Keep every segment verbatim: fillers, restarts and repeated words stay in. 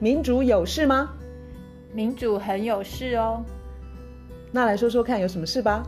民主有事吗？ 民主很有事哦。 那来说说看有什么事吧。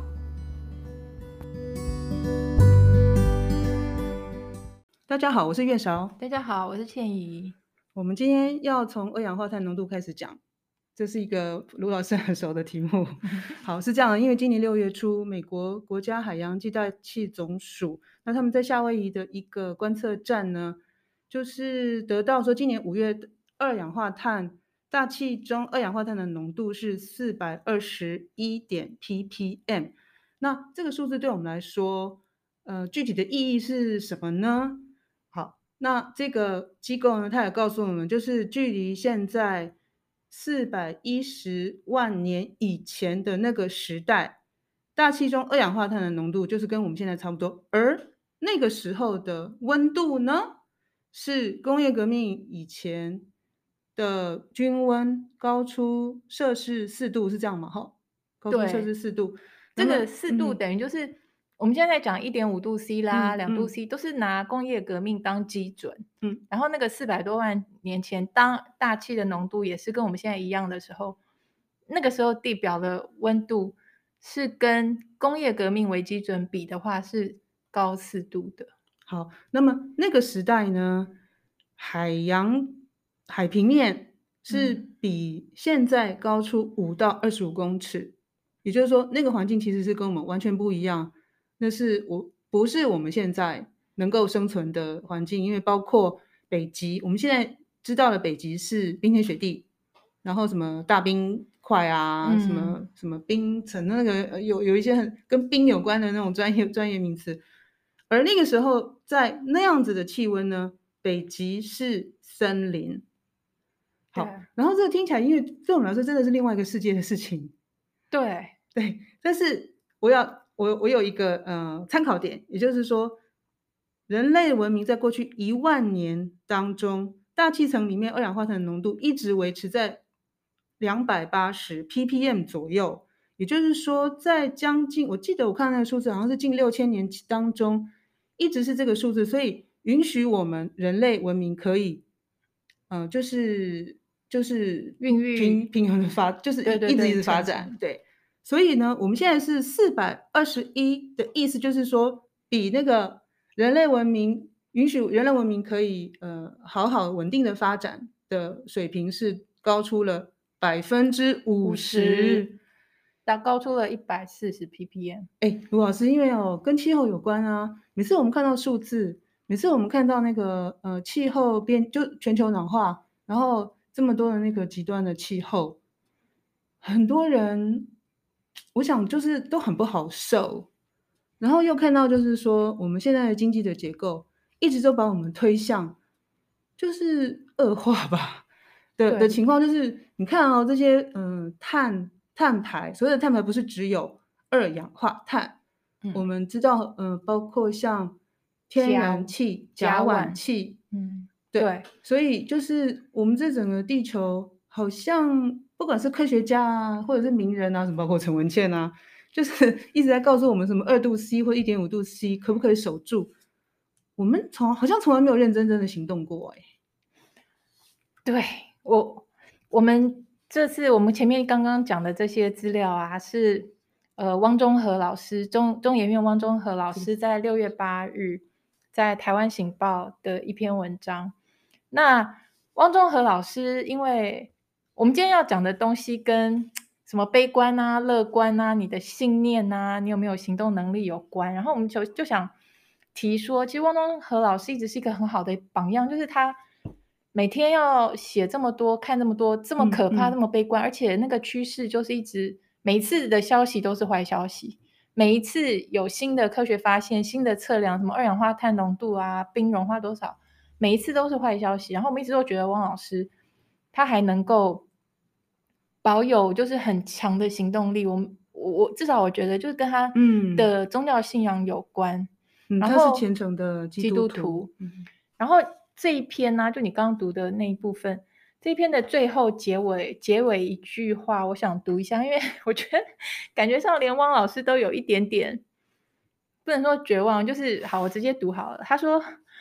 大家好，我是月韶。 大家好，我是倩怡。 我们今天要从二氧化碳浓度开始讲，这是一个卢老师很熟的题目。好，是这样的，因为今年六月初，美国国家海洋暨大气总署，那他们在夏威夷的一个观测站呢，就是得到说今年五月二氧化碳大气中二氧化碳的浓度是 四百二十一点 ppm。 那这个数字对我们来说呃，具体的意义是什么呢？好，那这个机构呢，它也告诉我们，就是距离现在四百一十万年以前的那个时代，大气中二氧化碳的浓度就是跟我们现在差不多，而那个时候的温度呢，是工业革命以前的均温高出摄氏四度，是这样吗？哈，高出摄氏四度。 这个四度嗯等于就是、嗯、我们现在在讲 一点五度C 啦、两、 嗯、 度 C，都是拿工业革命当基准。 嗯， 然后那个四百多万年前，当大气的浓度也是跟我们现在一样的时候，那个时候地表的温度是跟工业革命为基准比的话是高四度的。 好，那么那个时代呢，海洋海平面是比现在高出五到二十五公尺，也就是说那个环境其实是跟我们完全不一样，那是我不是我们现在能够生存的环境，因为包括北极，我们现在知道的北极是冰天雪地，然后什么大冰块啊，嗯、什么什么冰层，那个有有一些很跟冰有关的那种专业专业名词。而那个时候在那样子的气温呢，北极是森林。好，然后这个听起来，因为对我们来说真的是另外一个世界的事情。 对对，但是我要我我有一个呃参考点，也就是说，人类文明在过去一万年当中，大气层里面二氧化碳的浓度一直维持在两百八十 ppm 左右，也就是说，在将近我记得我看那个数字好像是近六千年当中，一直是这个数字，所以允许我们人类文明可以，呃，就是就是孕育平平衡的发，就是一对对对一直一直发展，对。所以呢，我们现在是四百二十一的意思，就是说，比那个人类文明允许人类文明可以呃好好稳定的发展的水平是高出了百分之五十， 达高出了一百四十 ppm。 哎，卢老师，因为哦跟气候有关啊，每次我们看到数字，每次我们看到那个呃气候变就全球暖化，然后这么多的那个极端的气候，很多人。我想就是都很不好受，然后又看到就是说我们现在的经济的结构一直都把我们推向就是恶化吧的的情况，就是你看哦这些嗯、呃、碳碳排，所有的碳排不是只有二氧化碳，嗯、我们知道嗯、呃、包括像天然气、甲烷气， 嗯对，对，所以就是我们这整个地球好像。不管是科学家啊，或者是名人啊，什么包括陈文茜啊，就是一直在告诉我们什么二度 C 或一点五度 C 可不可以守住？我们从好像从来没有认真真的行动过哎、欸。 对我，我们这次我们前面刚刚讲的这些资料啊，是呃汪中和老师中中研院汪中和老师在六月八日在台湾醒报的一篇文章。那汪中和老师因为我们今天要讲的东西跟什么悲观啊、乐观啊、你的信念啊、你有没有行动能力有关，然后我们就就想提说，其实汪中和老师一直是一个很好的榜样，就是他每天要写这么多、看这么多、这么可怕、嗯嗯、这么悲观，而且那个趋势就是一直每一次的消息都是坏消息，每一次有新的科学发现、新的测量，什么二氧化碳浓度啊、冰融化多少，每一次都是坏消息。然后我们一直都觉得汪老师他还能够保有就是很强的行动力，我我至少我觉得就是跟他的宗教信仰有关。 嗯， 然后他是虔诚的基督徒。 基督徒嗯、然后这一篇呢、啊，就你刚刚读的那一部分，这一篇的最后结尾结尾一句话，我想读一下，因为我觉得感觉上连汪老师都有一点点不能说绝望，就是好，我直接读好了。他说。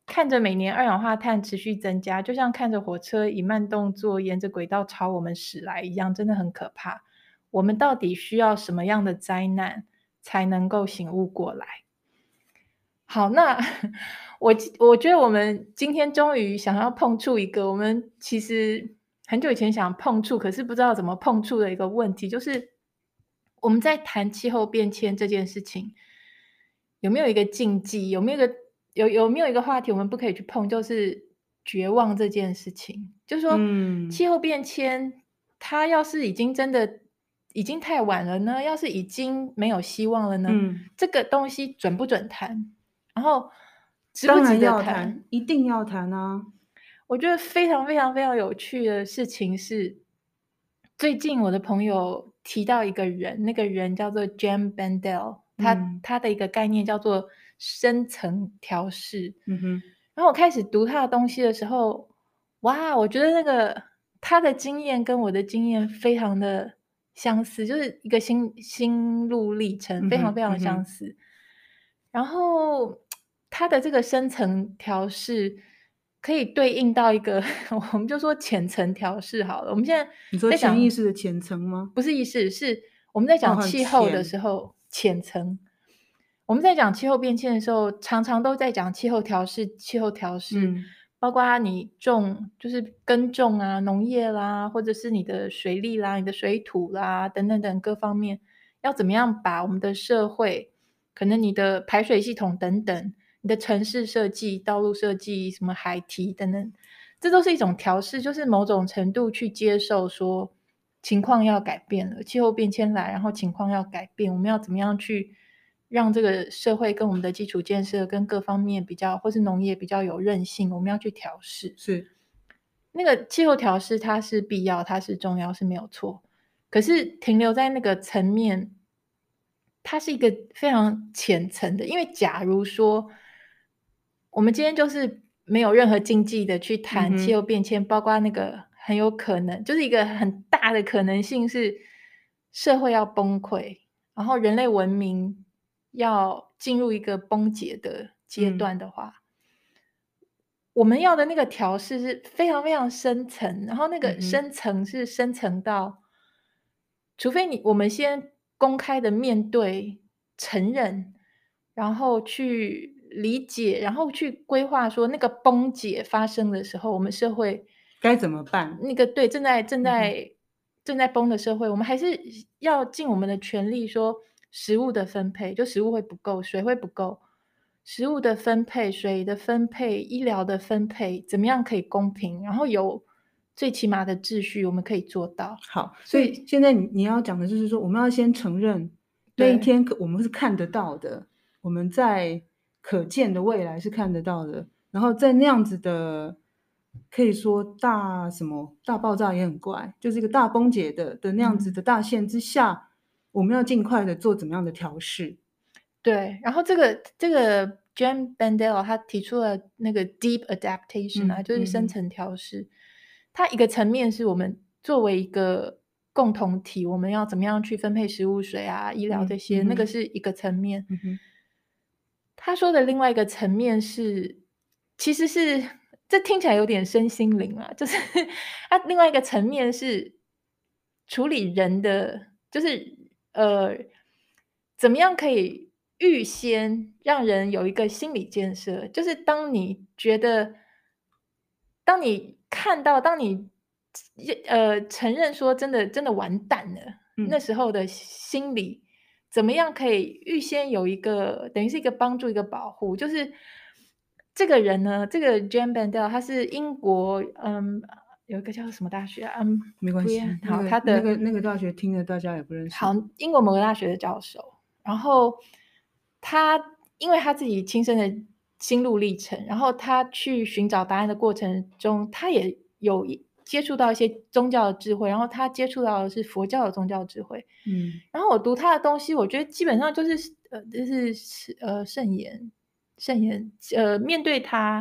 看着每年二氧化碳持续增加，就像看着火车以慢动作沿着轨道朝我们驶来一样，真的很可怕。我们到底需要什么样的灾难才能够醒悟过来？好，那我我觉得我们今天终于想要碰触一个我们其实很久以前想碰触，可是不知道怎么碰触的一个问题，就是我们在谈气候变迁这件事情，有没有一个禁忌？有没有一个有有没有一个话题我们不可以去碰？就是绝望这件事情。就是说， 嗯气候变迁，它要是已经真的已经太晚了呢？要是已经没有希望了呢？ 嗯， 这个东西准不准谈？然后值不当然值得谈？ 要谈，一定要谈啊。 我觉得非常非常非常有趣的事情是，最近我的朋友提到一个人，那个人叫做 Jem Bendell，他嗯他的一个概念叫做深层调试。 嗯哼， 然后我开始读他的东西的时候，哇，我觉得那个他的经验跟我的经验非常的相似，就是一个心心路历程， 嗯非常非常哼嗯哼相似。然后它的这个深层调试可以对应到一个我们就说浅层调试好了。我们现在你说潜意在讲识的浅层吗？ 不是意识，是我们在哦， 讲很气候的浅， 时候，浅层。我们在讲气候变迁的时候，常常都在讲气候调试气候调试， 嗯包括你种就是耕种啊，农业啦，或者是你的水利啦、你的水土啦，等等等各方面，要怎么样把我们的社会，可能你的排水系统等等，你的城市设计、道路设计、什么海堤等等，这都是一种调试，就是某种程度去接受说情况要改变了，气候变迁来，然后情况要改变，我们要怎么样去让这个社会跟我们的基础建设跟各方面比较，或是农业比较有韧性，我们要去调试。 是， 那个气候调试它是必要，它是重要，是没有错。可是停留在那个层面，它是一个非常浅层的。因为假如说，我们今天就是没有任何禁忌的去嗯谈气候哼， 变迁，包括那个很有可能，就是一个很大的可能性是社会要崩溃，然后人类文明要进入一个崩解的阶嗯段的话，我们要的那个调试是非常非常深层，然后那个嗯哼， 深层是深层到，除非你我们先公开的面对、承认，然后去理解，然后去规划说那个崩解发生的时候，我们社会该怎么办？ 那个对，正在正嗯哼， 在正在崩的社会，我们还是要尽我们的全力说食物的分配，就食物会不够，水会不够，食物的分配、水的分配、医疗的分配，怎么样可以公平，然后有最起码的秩序，我们可以做到。 好，所以所以现在你你要讲的就是说，我们要先承认那一对， 天可我们是看得到的，我们在可见的未来是看得到的，然后在那样子的，可以说大什么大爆炸也很怪，就是一个大崩解的的那样子嗯。 的大限之下，我们要尽快的做怎么样的调试？ 对，然后这个这个 Jem Bendell 他提出了那个 deep adaptation 啊， 嗯就是嗯哼深层调试。它一个层面是我们作为一个共同体，我们要怎么样去分配食物、水啊、医疗这嗯些，那个嗯哼是一个层面。 嗯哼他说的另外一个层面是，其实是这听起来有点身心灵啊，就是他另外一个层面是处理人的，就是呃，怎么样可以预先让人有一个心理建设，就是当你觉得，当你看到，当你呃承认说真的真的完蛋了，那嗯时候的心理怎么样可以预先有一个等于是一个帮助、一个保护？就是这个人呢，这个 Jem Bendell 他是英国，嗯，有一个叫什么大学啊？嗯， 没关不要系，那好， 个那他的个那个大学听了大家也不认好， 识。 英国某个大学的教授，然后他因为他自己亲身的心路历程，然后他去寻找答案的过程中，他也有一接触到一些宗教的智慧，然后他接触到的是佛教的宗教智慧。 嗯然后我读他的东西，我觉得基本上就是呃，就是呃圣言，圣言，呃，面对他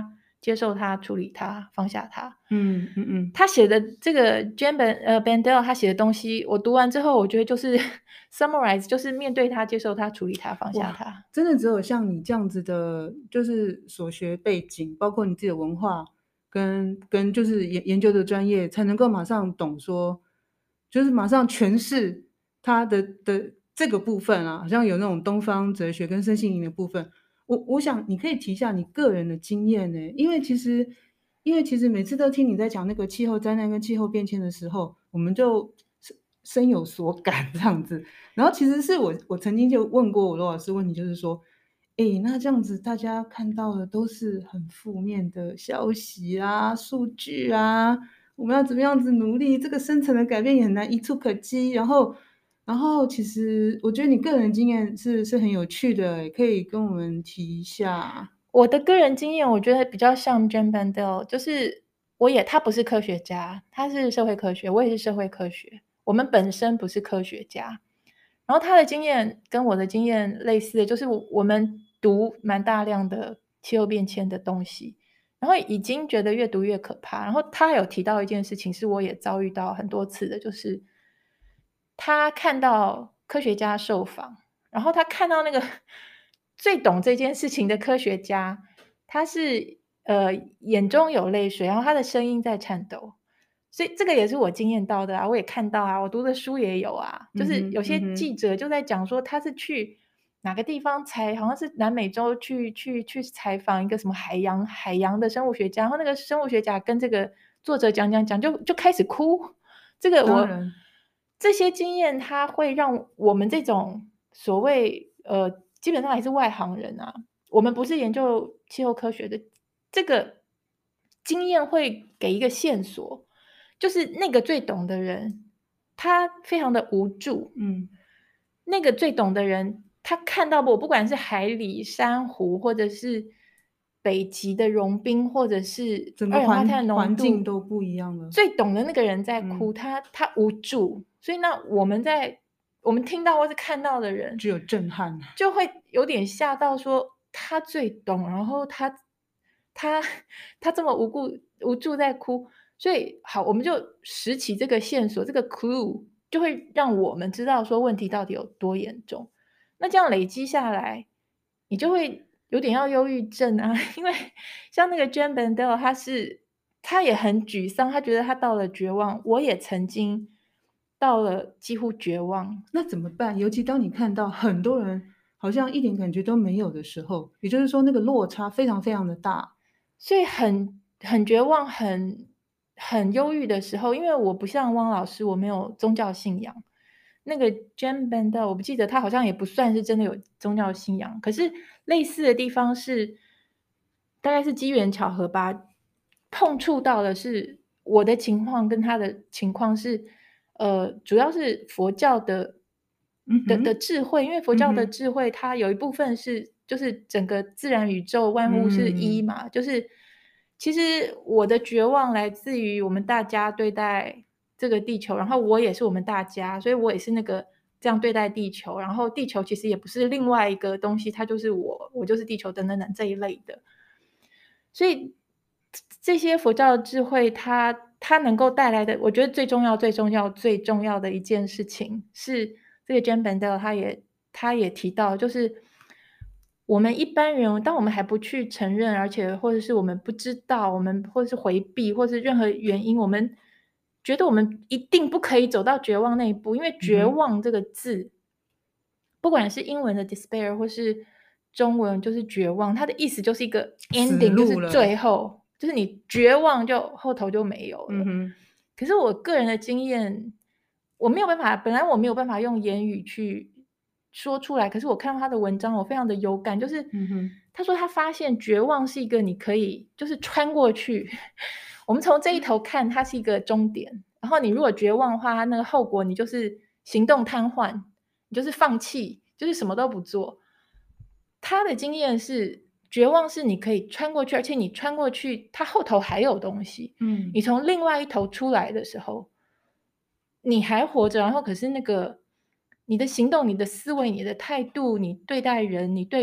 接受它，处理它，放下它。 嗯嗯嗯， 他写的这个 Jan Ben 呃 Bandel 他写的东西，我读完之后，我觉得就是 summarize，就是面对它，接受它，处理它，放下哇， 它。 真的只有像你这样子的，就是所学背景，包括你自己的文化跟跟就是研研究的专业，才能够马上懂说，就是马上诠释它的的这个部分啊，好像有那种东方哲学跟身心灵的部分。我我想你可以提一下你个人的经验呢，因为其实因为其实每次都听你在讲那个气候灾难跟气候变迁的时候，我们就深深有所感这样子。然后其实是我我曾经就问过我罗老师问题，就是说，诶，那这样子大家看到的都是很负面的消息啊、数据啊，我们要怎么样子努力，这个深层的改变也很难一触可及。然后然后其实我觉得你个人经验是是很有趣的诶，可以跟我们提一下。 我的个人经验，我觉得比较像 Jan Bandel，就是我也他不是科学家，他是社会科学，我也是社会科学，我们本身不是科学家。然后他的经验跟我的经验类似的，就是我我们读蛮大量的气候变迁的东西，然后已经觉得越读越可怕。然后他有提到一件事情，是我也遭遇到很多次的，就是他看到科学家受访，然后他看到那个最懂这件事情的科学家，他是呃眼中有泪水，然后他的声音在颤抖。所以这个也是我经验到的啊，我也看到啊，我读的书也有啊，就嗯哼， 是有些嗯哼， 记者就在讲说，他是去哪个地方采，好像是南美洲去去去采访一个什么海洋海洋的生物学家，然后那个生物学家跟这个作者讲讲讲，就就开始哭。这个我当然， 这些经验，它会让我们这种所谓呃，基本上还是外行人啊，我们不是研究气候科学的，这个经验会给一个线索，就是那个最懂的人，他非常的无助。 嗯， 那个最懂的人，他看到我不管是海里、珊瑚，或者是北极的融冰，或者是整个二氧化碳环环境浓度， 都不一样了。 最懂的那个人在哭， 嗯， 他他无助。所以那我们在我们听到或是看到的人， 只有震撼。 就会有点吓到说他最懂，然后他他他这么无辜无助在哭。所以好，我们就拾起这个线索，这个 clue 就会让我们知道说问题到底有多严重。那这样累积下来，你就会有点要忧郁症啊，因为像那个 Jan Bandel，他是他也很沮丧，他觉得他到了绝望。我也曾经到了几乎绝望， 那怎么办？尤其当你看到很多人好像一点感觉都没有的时候，也就是说那个落差非常非常的大。 所以很很绝望、很很忧郁的时候，因为我不像汪老师，我没有宗教信仰。那个 Jan Bandel，我不记得他好像也不算是真的有宗教信仰，可是类似的地方是，大概是机缘巧合吧，碰触到的是我的情况跟他的情况是，呃，主要是佛教的的的嗯哼， 智慧，因为佛教的嗯哼， 智慧，它有一部分是就是整个自然宇宙万物是一嗯， 嘛，就是其实我的绝望来自于我们大家对待这个地球，然后我也是我们大家，所以我也是那个这样对待地球，然后地球其实也不是另外一个东西，它就是我，我就是地球等等等这一类的。所以这这些佛教的智慧，它它能够带来的，我觉得最重要、最重要、最重要的一件事情是，这个 Jan Bandel 他也他也提到，就是我们一般人，当我们还不去承认，而且或者是我们不知道，我们或者是回避，或是任何原因，我们觉得我们一定不可以走到绝望那一步，因为绝嗯哼， 望这个字不管是英文的 despair 或是中文就是绝望，它的意思就是一个死 ending，就是路了。 最后，就是你绝望就后头就没有了。 嗯哼， 可是我个人的经验，我没有办法，本来我没有办法用言语去说出来，可是我看到他的文章，我非常的有感，就是嗯哼， 他说他发现绝望是一个你可以就是穿过去，我们从这一头看，它是一个终点，然后你如果绝望的话，它那个后果你就是行动瘫痪，你就是放弃，就是什么都不做。他的经验是，绝望是你可以穿过去，而且你穿过去，它后头还有东西。 嗯， 你从另外一头出来的时候，你还活着，然后可是那个你的行动、你的思维、你的态度、你对待人、你对于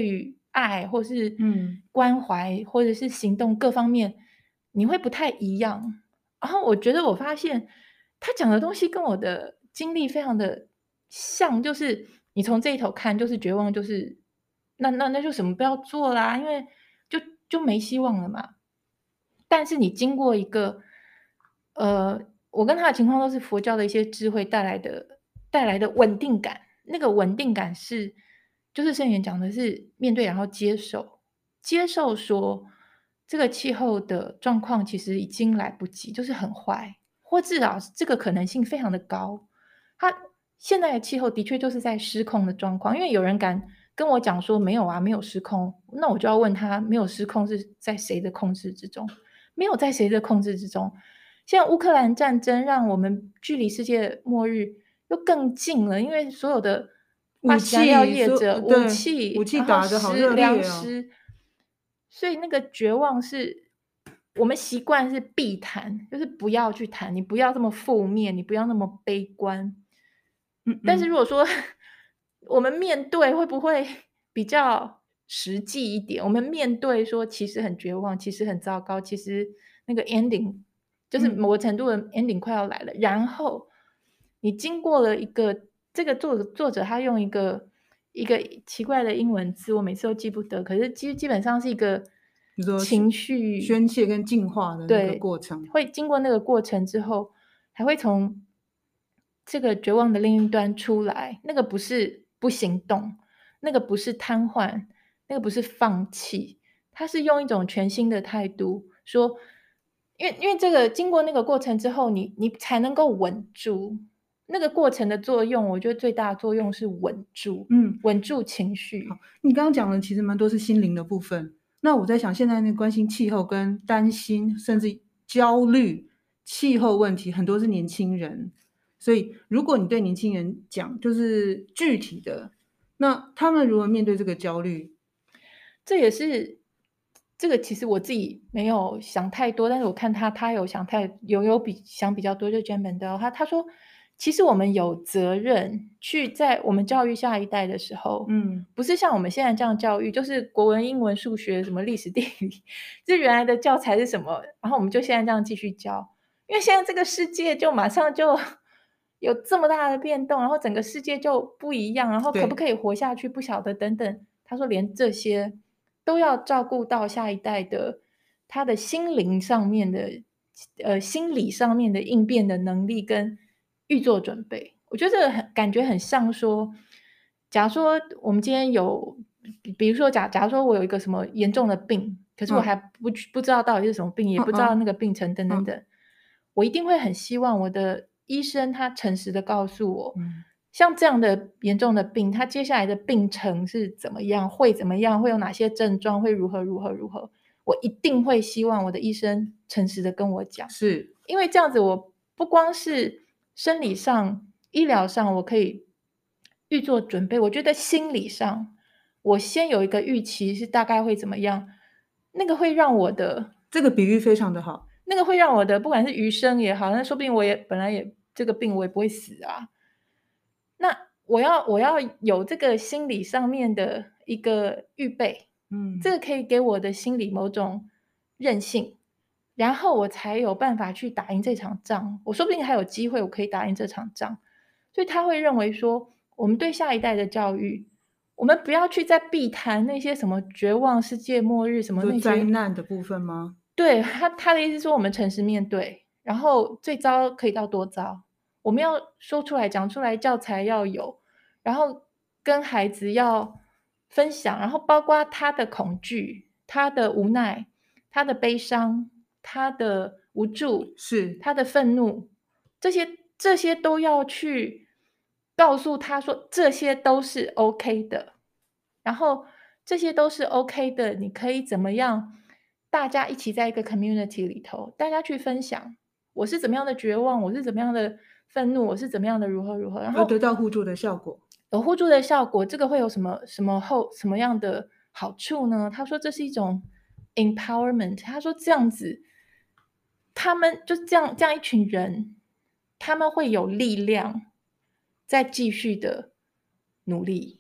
爱或是嗯关怀或者是行动各方面，你会不太一样。然后我觉得我发现他讲的东西跟我的经历非常的像，就是你从这一头看就是绝望，就是那那那就什么不要做啦，因为就就没希望了嘛。但是你经过一个，呃，我跟他的情况都是佛教的一些智慧带来的带来的稳定感，那个稳定感是，就是圣严讲的是面对然后接受，接受说这个气候的状况其实已经来不及，就是很坏，或至少这个可能性非常的高。它现在的气候的确就是在失控的状况，因为有人敢跟我讲说没有啊，没有失控，那我就要问他，没有失控是在谁的控制之中？没有在谁的控制之中。现在乌克兰战争让我们距离世界末日又更近了，因为所有的化武石燃料器说业者、武呃对，武器， 器然后打得好热食粮烈哦。 食，所以那个绝望是我们习惯是避谈，就是不要去谈，你不要这么负面，你不要那么悲观。 嗯嗯， 但是如果说我们面对会不会比较实际一点？我们面对说其实很绝望，其实很糟糕，其实那个 ending 就是嗯某个程度的 ending 快要来了。然后你经过了一个这个作者作者他用一个一个奇怪的英文字，我每次都记不得，可是基基本上是一个你说宣情绪宣泄跟净化的那个对， 过程。 会经过那个过程之后，还会从这个绝望的另一端出来。那个不是不行动，那个不是瘫痪，那个不是放弃，他是用一种全新的态度说，因为因为这个经过那个过程之后，你你才能够稳住。那个过程的作用，我觉得最大的作用是稳住， 嗯， 稳住情好， 绪。 你刚刚讲的其实蛮多是心灵的部分。那我在想，现在那个关心气候跟担心，甚至焦虑气候问题，很多是年轻人。所以，如果你对年轻人讲，就是具体的，那他们如何面对这个焦虑？ 这也是这个其实我自己没有想太多，但是我看他他有想太有有比想比较多，就 Jen Mendel 他他说，其实我们有责任去在我们教育下一代的时候， 嗯， 不是像我们现在这样教育，就是国文、英文、数学什么历史、地理，这原来的教材是什么，然后我们就现在这样继续教，因为现在这个世界就马上就有这么大的变动，然后整个世界就不一样，然后可不对， 可以活下去不晓得等等。他说连这些都要照顾到下一代的他的心灵上面的呃，心理上面的应变的能力跟预做准备。我觉得这个很感觉很像说，假如说我们今天有比比如说假假如说我有一个什么严重的病，可是我还嗯不不知道到底是什么病，也不知道嗯嗯那个病程等等嗯等，我一定会很希望我的医生他诚实的告诉我， 嗯， 像这样的严重的病，他接下来的病程是怎么样，会怎么样，会有哪些症状，会如何如何如何。我一定会希望我的医生诚实的跟我讲， 是， 因为这样子我不光是生理上、医疗上我可以预做准备，我觉得心理上，我先有一个预期是大概会怎么样，那个会让我的这个比喻非常的好。 那个会让我的不管是余生也好，那说不定我也本来也这个病我也不会死啊。那我要我要有这个心理上面的一个预备，这嗯， 个可以给我的心理某种韧性，然后我才有办法去打赢这场仗。我说不定还有机会我可以打赢这场仗。所以他会认为说，我们对下一代的教育，我们不要去再避谈那些什么绝望、世界末日什你说灾么那些难的部分吗？ 对，他他的意思是说我们诚实面对，然后最糟可以到多糟，我们要说出来、讲出来，教材要有，然后跟孩子要分享，然后包括他的恐惧、他的无奈、他的悲伤、他的无助、 是， 他的愤怒，这些这些都要去告诉他说，这些都是 OK 的。然后这些都是 OK 的，你可以怎么样？大家一起在一个 community 里头，大家去分享，我是怎么样的绝望，我是怎么样的愤怒，我是怎么样的如何如何，然而后得到互助的效果。 有互助的效果，这个会有什么什么后什么样的好处呢？他说这是一种 empowerment，他说这样子，他们就这样这样一群人，他们会有力量再继续的努力。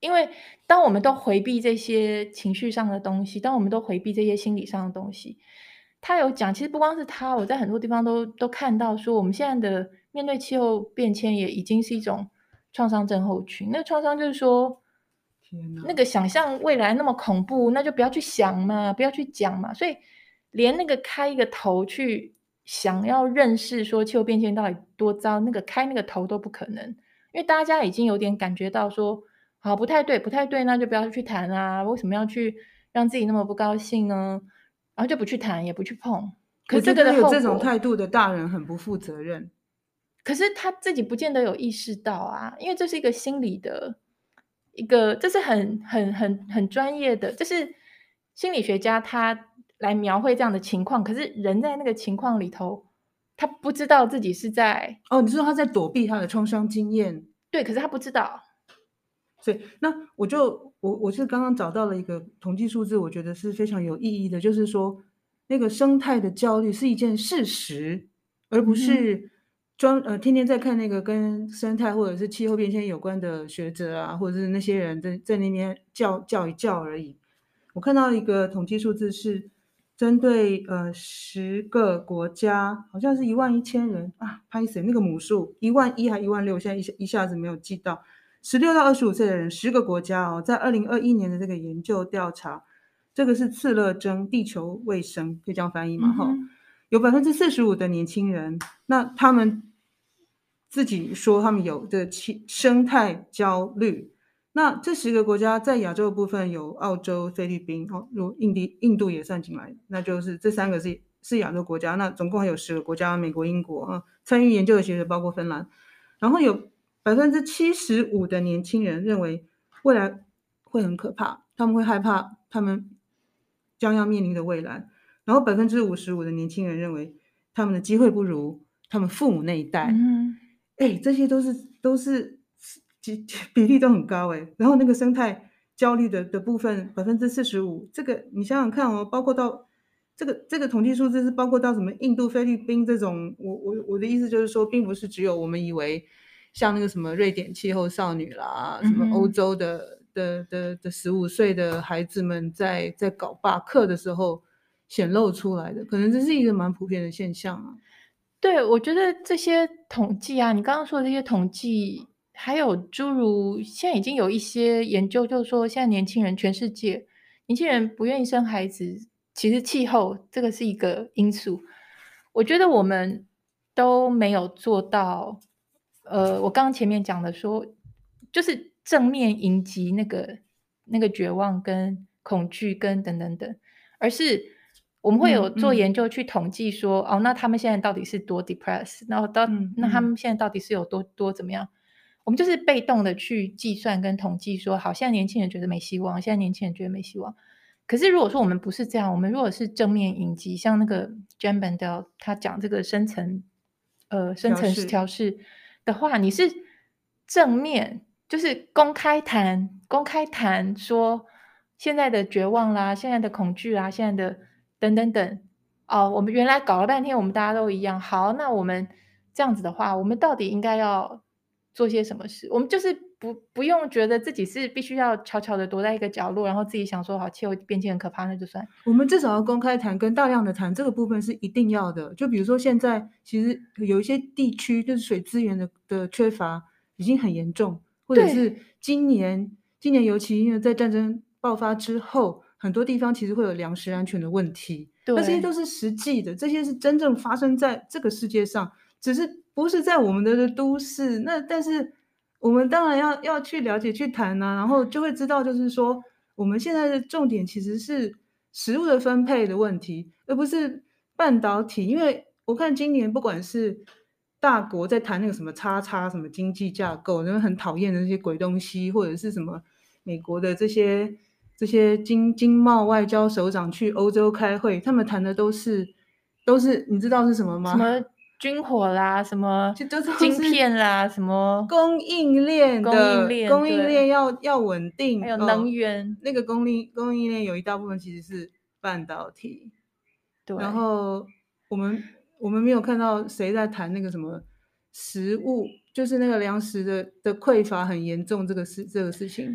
因为当我们都回避这些情绪上的东西，当我们都回避这些心理上的东西，他有讲，其实不光是他，我在很多地方都都看到说，我们现在的面对气候变迁也已经是一种创伤症候群。那创伤就是说， 天哪， 那个想象未来那么恐怖，那就不要去想嘛，不要去讲嘛。所以连那个开一个头去想要认识说气候变迁到底多糟，那个开那个头都不可能，因为大家已经有点感觉到说，好不太对，不太对，那就不要去谈啊。为什么要去让自己那么不高兴呢？然后就不去谈，也不去碰。可我觉是这个的得有这种后果， 态度的大人很不负责任。 可是他自己不见得有意识到啊，因为这是一个心理的一个，这是很很很很专业的，这是心理学家他来描绘这样的情况。可是人在那个情况里头，他不知道自己是在哦，你说他在躲避他的创伤经验。 对，可是他不知道。 所以那我就我我是刚刚找到了一个统计数字，我觉得是非常有意义的，就是说那个生态的焦虑是一件事实，而不嗯哼， 是专呃天天在看那个跟生态或者是气候变迁有关的学者啊，或者是那些人在在那边叫叫一叫而已。我看到一个统计数字是针对呃十个国家，好像是一万一千人啊，拍谁那个母数一万一还一万六，现在一下一下子没有记到。十六到二十五岁的人，十个国家哦，在二零二一年的这个研究调查，这个是次勒征地球卫生，可以这样翻译嘛？哈、 嗯哼， 有百分之四十五的年轻人，那他们自己说他们有的气生态焦虑。那这十个国家在亚洲的部分有澳洲、菲律宾，哦，如果印地印度也算进来，那就是这三个是是亚洲国家。那总共还有十个国家，美国、英国啊，参与研究的学者包括芬兰，然后有百分之七十五的年轻人认为未来会很可怕，他们会害怕他们将要面临的未来。然后百分之五十五的年轻人认为他们的机会不如他们父母那一代。 嗯哼， 哎，这些都是都是比比例都很高哎。然后那个生态焦虑的的部分百分之四十五，这个你想想看哦，包括到这个这个统计数字是包括到什么印度、菲律宾这种。我我我的意思就是说，并不是只有我们以为像那个什么瑞典气候少女啦，什么欧嗯哼。 洲的的的的十五岁的孩子们在在搞罢课的时候显露出来的，可能这是一个蛮普遍的现象啊。 对，我觉得这些统计啊，你刚刚说的这些统计，还有诸如现在已经有一些研究，就是说现在年轻人，全世界年轻人不愿意生孩子，其实气候这个是一个因素。我觉得我们都没有做到，呃，我刚刚前面讲的说，就是正面迎击那个那个绝望跟恐惧跟等等等。而是我们会有嗯嗯做研究去统计说，哦，那他们现在到底是多 depressed，然后到那他嗯嗯们现在到底是有多多怎么样？我们就是被动的去计算跟统计说，好，现在年轻人觉得没希望，现在年轻人觉得没希望。可是如果说我们不是这样，我们如果是正面迎击，像那个 Jan Bandel 他讲这个深层呃深层调试。 调试的话，你是正面，就是公开谈，公开谈说现在的绝望啦，现在的恐惧啦，现在的等等等。哦，我们原来搞了半天，我们大家都一样。好，那我们这样子的话，我们到底应该要做些什么事？我们就是不不用觉得自己是必须要悄悄的躲在一个角落，然后自己想说好气候变迁很可怕，那就算。 我们至少要公开谈跟大量的谈，这个部分是一定要的。就比如说现在其实有一些地区就是水资源的的缺乏已经很严重，或者是对， 今年今年尤其因为在战争爆发之后，很多地方其实会有粮食安全的问题。那这些对， 都是实际的，这些是真正发生在这个世界上，只是不是在我们的都市。那但是我们当然要要去了解去谈啊，然后就会知道，就是说我们现在的重点其实是食物的分配的问题，而不是半导体。因为我看今年不管是大国在谈那个什么叉叉什么经济架构，人们很讨厌的那些鬼东西，或者是什么美国的这些这些经经贸外交首长去欧洲开会，他们谈的都是都是你知道是什么吗？ 什么军火啦，什么就就都晶是片啦，什么供应链供应的链， 供应链对， 要要稳还有能定哦。 源， 那个供应供应链有一大部分其实是半导体。然对。 后我们我们没有看到谁在谈那个什么食物，就是那个粮食的的匮乏很严重这个事这个事情。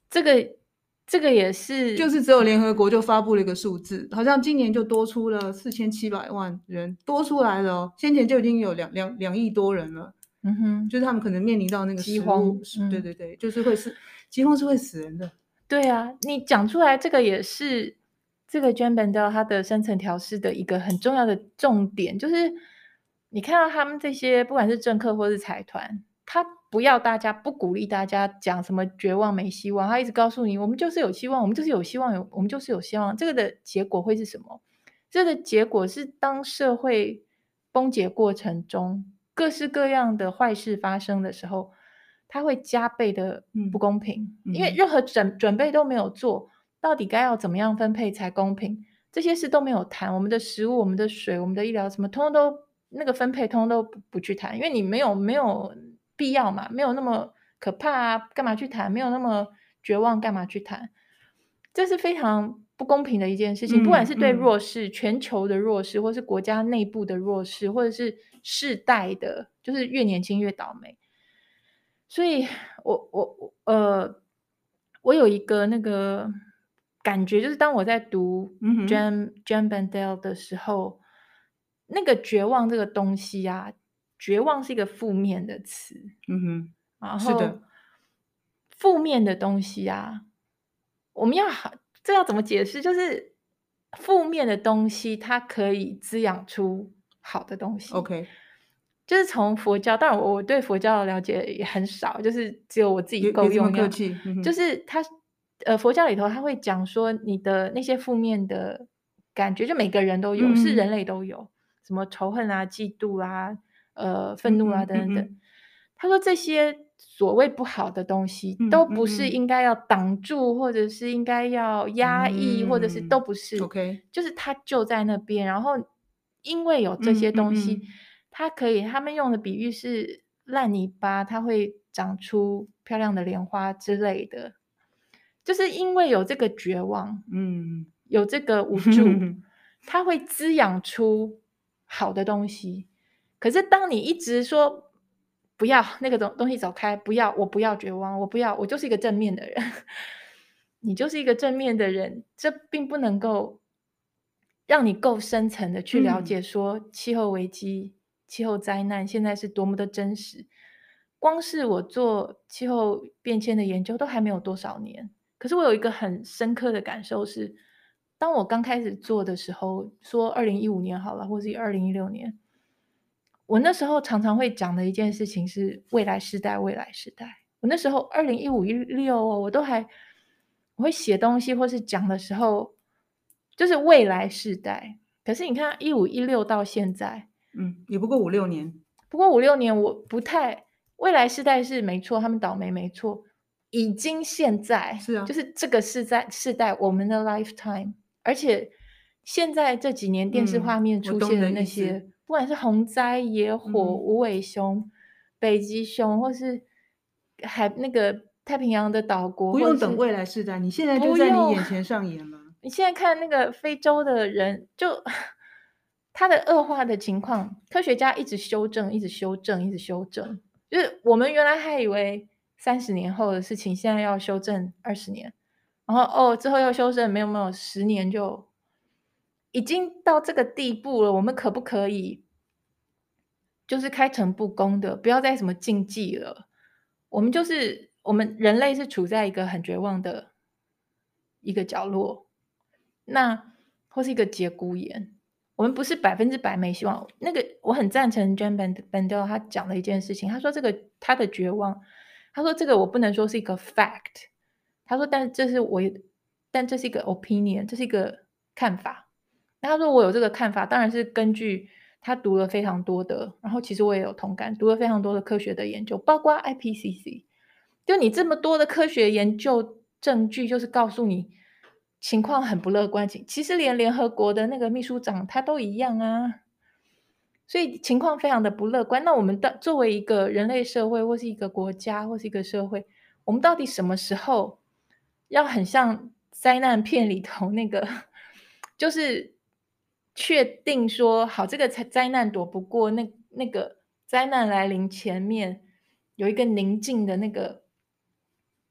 这个这个也是， 就是只有联合国就发布了一个数字，好像今年就多出了四千七百万人，多出来了哦，先前就已经有两两两亿多人了。 嗯哼， 就是他们可能面临到那个饥食物， 荒，嗯， 对对对，就是会是饥荒是会死人的。 对啊，你讲出来这个也是这个 Jen Bendel 他的深层调试的一个很重要的重点，就是你看到他们这些不管是政客或是财团，他不要大家不鼓励大家讲什么绝望没希望，他一直告诉你我们就是有希望，我们就是有希望，有我们就是有希望，这个的结果会是什么？这个结果是当社会崩解过程中，各式各样的坏事发生的时候，它会加倍的不嗯公平， 嗯哼因为任何准准备都没有做，到底该要怎么样分配才公平？这些事都没有谈，我们的食物、我们的水、我们的医疗什么，通通都那个分配通通都不不去谈，因为你没有没有必要嘛，没有那么可怕啊，干嘛去谈？没有那么绝望，干嘛去谈？这是非常不公平的一件事情，不管是对嗯嗯弱势、全球的弱势，或是国家内部的弱势，或者是世代的，就是越年轻越倒霉。所以我我我呃，我有一个那个感觉，就是当我在读嗯哼 Jan Jan Bendel 的时候，那个绝望这个东西啊，绝望是一个负面的词， 嗯哼， 然后是的， 负面的东西啊，我们要好，这要怎么解释？就是负面的东西，它可以滋养出好的东西。 OK， 就是从佛教，当然我我对佛教的了解也很少，就是只有我自己别别这么够用那样。 客气，嗯就哼是他，呃，佛教里头他会讲说，你的那些负面的感觉，就每个人都有，是人嗯类都有，什么仇恨啊、嫉妒啊、呃、愤嗯怒啊嗯嗯等等等。他说这些所谓不好的东西， 嗯都不是嗯嗯应该要挡住，或者是应该要压抑，或者是都嗯不是， ，OK， 就是它就在那边。然后因为有这嗯些东西， 嗯嗯它可以他们用的比喻是烂泥巴，它会长出漂亮的莲花之类的。就是因为有这个绝望， 嗯， 有这个无助，它会滋养出好的东西。可是当你一直说不要那个东东西走开，不要，我不要绝望，我不要，我就是一个正面的人，你就是一个正面的人，这并不能够让你够深层的去了嗯解说气候危机、气候灾难现在是多么的真实。光是我做气候变迁的研究都还没有多少年，可是我有一个很深刻的感受是，当我刚开始做的时候，说二零一五年好了，或是二零一六年，我那时候常常会讲的一件事情是未来世代，未来世代。我那时候二零一五、一六哦，我都还我会写东西或是讲的时候，就是未来世代。可是你看一五、一六到现在， 嗯，也不过五六年， 不过五六年我不太未来世代是没错，他们倒霉没错，已经现在是啊， 就是这个世代世代我们的 lifetime，而且现在这几年电视画嗯， 面我懂你的出现的那意思， 些，不管是洪灾、野火、 嗯， 无尾熊、北极熊，或是海那个太平洋的岛国， 不用等或者是未来世代，你现在就不用在你眼前上演了， 你现在看那个非洲的人，就他的恶化的情况，科学家一直修正，一直修正，一直修正。就是我们原来还以为三十年后的事情，现在要修正二十年，然后哦之后要修正，没有没有，十年就已经到这个地步了。我们可不可以就是开诚布公的，不要再什么禁忌了？我们就是我们人类是处在一个很绝望的一个角落，那或是一个节骨眼，我们不是百分之百没希望。那个我很赞成 Jan Bend Bendel 他讲的一件事情，他说这个他的绝望，他说这个我不能说是一个 fact，他说但是这是我，但这是一个 opinion，这是一个看法。那他说我有这个看法，当然是根据他读了非常多的，然后其实我也有同感，读了非常多的科学的研究，包括 I P C C。就你这么多的科学研究证据，就是告诉你情况很不乐观。其其实连联合国的那个秘书长他都一样啊，所以情况非常的不乐观。那我们的作为一个人类社会，或是一个国家，或是一个社会，我们到底什么时候要很像灾难片里头那个，就是确定说好这个灾灾难躲不过，那那个灾难来临前面有一个宁静的那个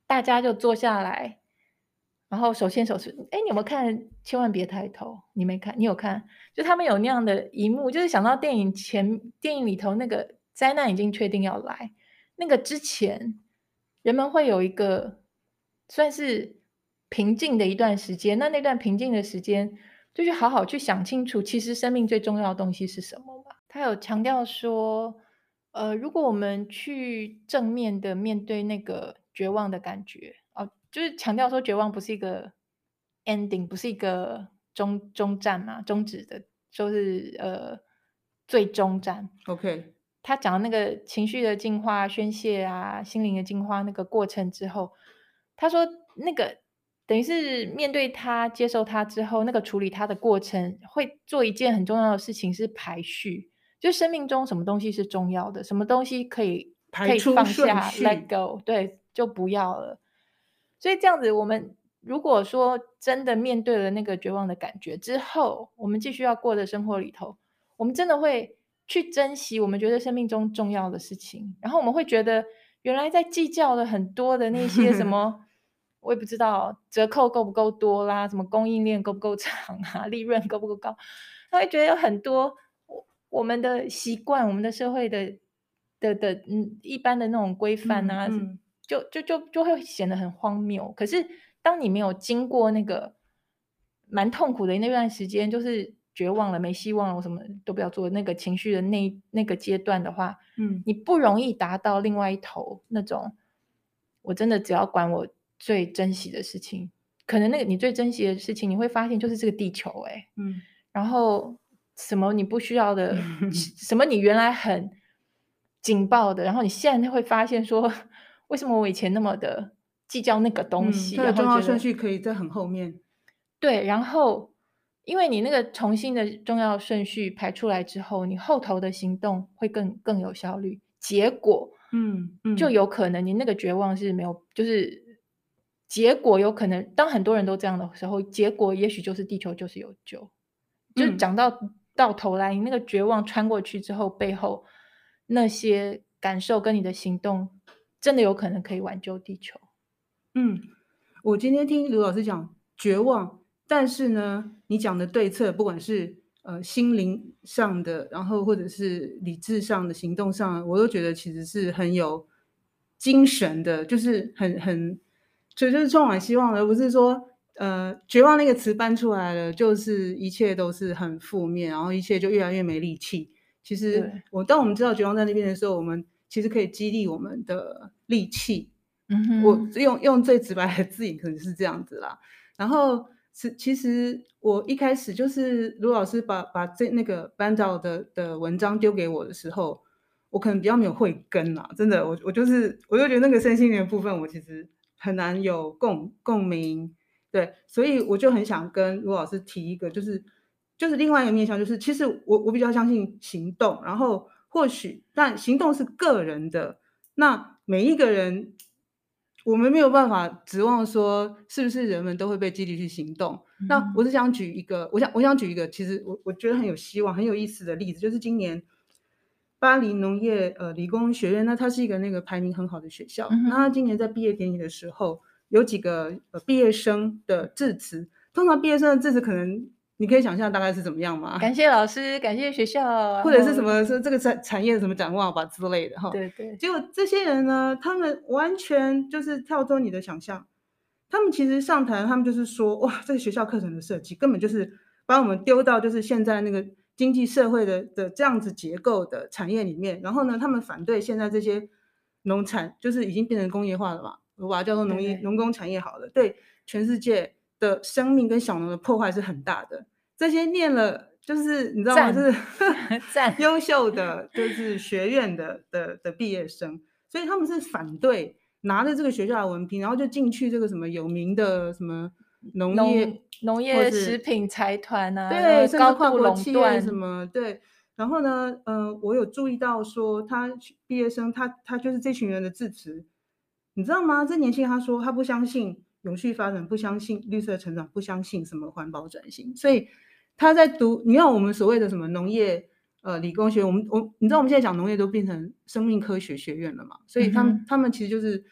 大家就坐下来，然后手牵手是，哎，你有没有看千万别抬头？你没看，你有看？就他们有那样的一幕，就是想到电影前电影里头那个灾难已经确定要来，那个之前人们会有一个算是平静的一段时间，那那段平静的时间就是好好去想清楚，其实生命最重要的东西是什么吧。他有强调说，呃，如果我们去正面的面对那个绝望的感觉，哦，就是强调说绝望不是一个 ending，不是一个终终站嘛，终止的，就是呃最终站。 OK， 他讲的那个情绪的净化、宣泄啊，心灵的净化那个过程之后，他说那个等于是面对他、接受他之后，那个处理他的过程，会做一件很重要的事情是排序。就生命中什么东西是重要的，什么东西可以可以排出放下顺序。 let go，对，就不要了。所以这样子，我们如果说真的面对了那个绝望的感觉之后，我们继续要过的生活里头，我们真的会去珍惜我们觉得生命中重要的事情，然后我们会觉得原来在计较了很多的那些什么，我也不知道折扣够不够多啦，什么供应链够不够长啊，利润够不够高，他会觉得有很多我我们的习惯，我们的社会的的的嗯一般的那种规范啊， 嗯嗯就就就就会显得很荒谬。可是当你没有经过那个蛮痛苦的那段时间，就是绝望了、没希望了，我什么都不要做那个情绪的那那个阶段的话， 嗯你不容易达到另外一头那种，我真的只要管我最珍惜的事情，可能那个你最珍惜的事情，你会发现就是这个地球、欸，哎， 嗯然后什么你不需要的，什么你原来很紧抱的，然后你现在会发现说，为什么我以前那么的计较那个东嗯， 西， 它的重要顺然后觉得序可以在很后面。 对，然后因为你那个重新的重要顺序排出来之后，你后头的行动会更更有效率，结果嗯嗯就有可能你那个绝望是没有，就是结果有可能当很多人都这样的时候，结果也许就是地球就是有救。就嗯讲到到头来，你那个绝望穿过去之后，背后那些感受跟你的行动，真的有可能可以挽救地球。 嗯，我今天听卢老师讲绝望，但是呢，你讲的对策，不管是呃心灵上的，然后或者是理智上的行动上，我都觉得其实是很有精神的，就是很很，所以就是充满希望的，而不是说呃绝望那个词搬出来了，就是一切都是很负面，然后一切就越来越没力气。其实对， 我当我们知道绝望在那边的时候，我们其实可以激励我们的力气。 嗯我哼， 用用最直白的字眼可能是这样子啦。然后是其实我一开始就是卢老师把把这那个班导的的文章丢给我的时候，我可能比较没有慧根啦，真的，我我就是我就觉得那个身心灵的部分，我其实很难有共共鸣，对，所以我就很想跟卢老师提一个，就是就是另外一个面向，就是其实我我比较相信行动，然后或许但行动是个人的，那每一个人，我们没有办法指望说是不是人们都会被激励去行动。那我嗯是想举一个，我想我想举一个，其实我我觉得很有希望、很有意思的例子，就是今年巴黎农业呃理工学院，那它是一个那个排名很好的学校。 嗯哼， 那它今年在毕业典礼的时候，有几个呃毕业生的致辞，通常毕业生的致辞可能你可以想象大概是怎么样吗？ 感谢老师，感谢学校，然或者是后什么是这个产产业的什么展望吧之类的哈。 对对， 结果这些人呢，他们完全就是跳脱你的想象，他们其实上台，他们就是说，哇，这个学校课程的设计根本就是把我们丢到就是现在那个经济社会的的这样子结构的产业里面，然后呢，他们反对现在这些农产，就是已经变成工业化了嘛，我把它叫做农业对农工产业好了，对全世界的生命跟小农的破坏是很大的。这些念了就是你知道吗？就赞是赞， 优秀的就是学院的的的毕业生，所以他们是反对拿着这个学校的文凭，然后就进去这个什么有名的什么农业， 农农或业食是品财团啊，然对， 后甚至跨国高度垄企业什断， 么对。然后呢，呃，我有注意到说，他毕业生他他就是这群人的致辞，你知道吗？这年轻人他说他不相信永续发展，不相信绿色成长，不相信什么环保转型，所以他在读。你看我们所谓的什么农业呃理工学，我们我你知道我们现在讲农业都变成生命科学学院了嘛？所以他们、 嗯哼， 他们其实就是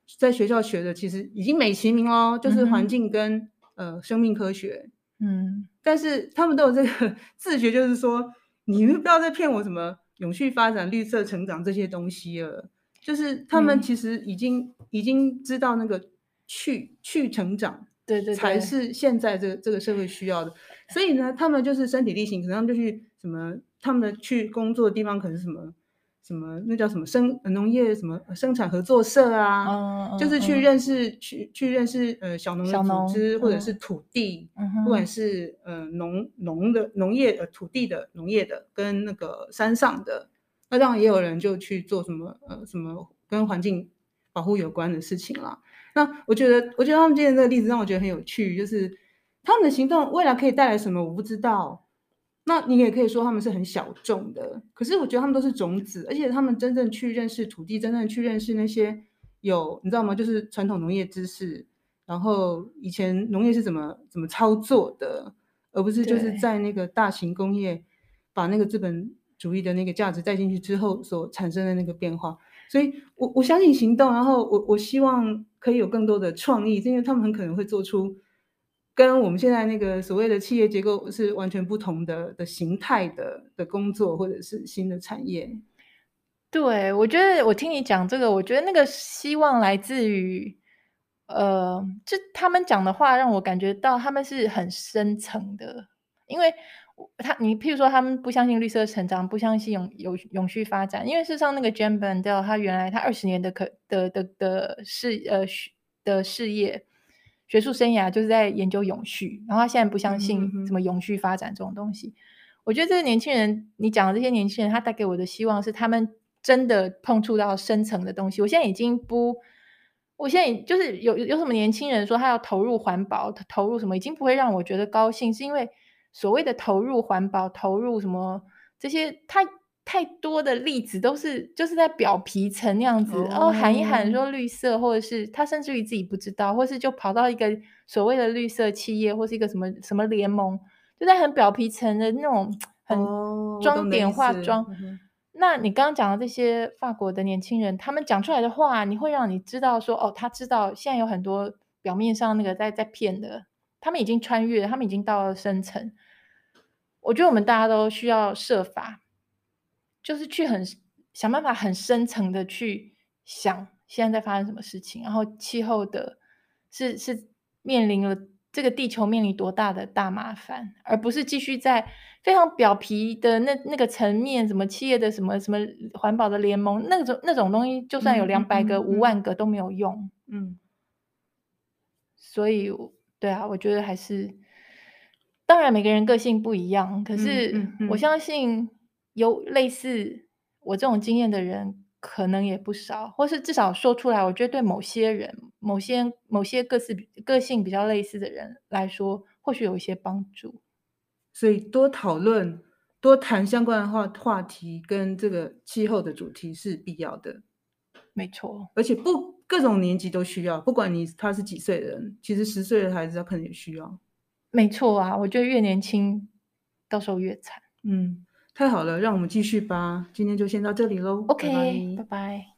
在学校学的其实已经美其名哦，就是环嗯哼， 境跟呃生命科学， 嗯， 但是他们都有这个自觉，就是说你们不要再骗我什么永续发展、绿色成长这些东西了。就是他们没其实已经已经知道那个去去成长对对对， 才是现在这个这个社会需要的。所以呢，他们就是身体力行，可能他们就去什么，他们的去工作的地方可能是什么什么，那叫什么生呃农业什么呃生产合作社啊， 嗯就是去嗯嗯， 认识去去认识呃小农的小农， 组织或者是嗯土地，不管嗯哼， 是呃农农的农业的土地的农业的跟那个山上的，那当然也有人就去做什么呃什么跟环境保护有关的事情啦。那我觉得，我觉得他们今天这个例子让我觉得很有趣，就是他们的行动未来可以带来什么，我不知道。那你也可以说他们是很小众的，可是我觉得他们都是种子，而且他们真正去认识土地，真正去认识那些有你知道吗？就是传统农业知识，然后以前农业是怎么怎么操作的，而不是就是对。 在那个大型工业把那个资本主义的那个价值带进去之后所产生的那个变化。所以我我相信行动，然后我我希望可以有更多的创意，因为他们很可能会做出跟我们现在那个所谓的企业结构是完全不同的的形态的的工作，或者是新的产业。 对，我觉得我听你讲这个，我觉得那个希望来自于，呃，就他们讲的话让我感觉到他们是很深层的。因为我他你譬如说他们不相信绿色成长，不相信永永永续发展，因为事实上那个 Jen Bandel 他原来他二十年的可的的的事呃学的事业学术生涯就是在研究永续，然后他现在不相嗯哼嗯信什么哼， 永续发展这种东西。我觉得这个年轻人，你讲的这些年轻人，他带给我的希望是他们真的碰触到深层的东西。我现在已经不，我现在就是有有什么年轻人说他要投入环保，投投入什么，已经不会让我觉得高兴，是因为所谓的投入环保，投入什么这些，太太多的例子都是就是在表皮层那样子，哦，喊一喊哦， 说绿色，或者是他甚至于自己不知道，或是就跑到一个所谓的绿色企业，或是一个什么什么联盟。就在很表皮层的那种很哦，我懂你的意装点化思， 妆。 嗯哼。 那你刚刚讲的这些法国的年轻人，他们讲出来的话，你会让你知道说，哦，他知道现在有很多表面上那个在在骗的，他们已经穿越了，他们已经到了深层。我觉得我们大家都需要设法，就是去很想办法很深层的去想现在在发生什么事情，然后气候的是是面临了这个地球面临多大的大麻烦，而不是继续在非常表皮的那那个层面，什么企业的什么什么环保的联盟，那种那种东西，就算有嗯嗯两百个、五嗯嗯万个都没有用。 嗯， 所以我对啊，我觉得还是当然每个人个性不一样，可嗯是嗯嗯， 我相信有类似我这种经验的人可能也不少，或是至少说出来，我觉得对某些人、某些某些个性个性比较类似的人来说，或许有一些帮助。 所以多讨论、多谈相关的话话题跟这个气候的主题是必要的， 没错， 而且不各种年纪都需要，不管你他是几岁的人，其实十岁的孩子他可能也需要。 没错啊，我觉得越年轻，到时候越惨。 嗯，太好了，让我们继续吧，今天就先到这里喽，拜拜。 OK，拜拜。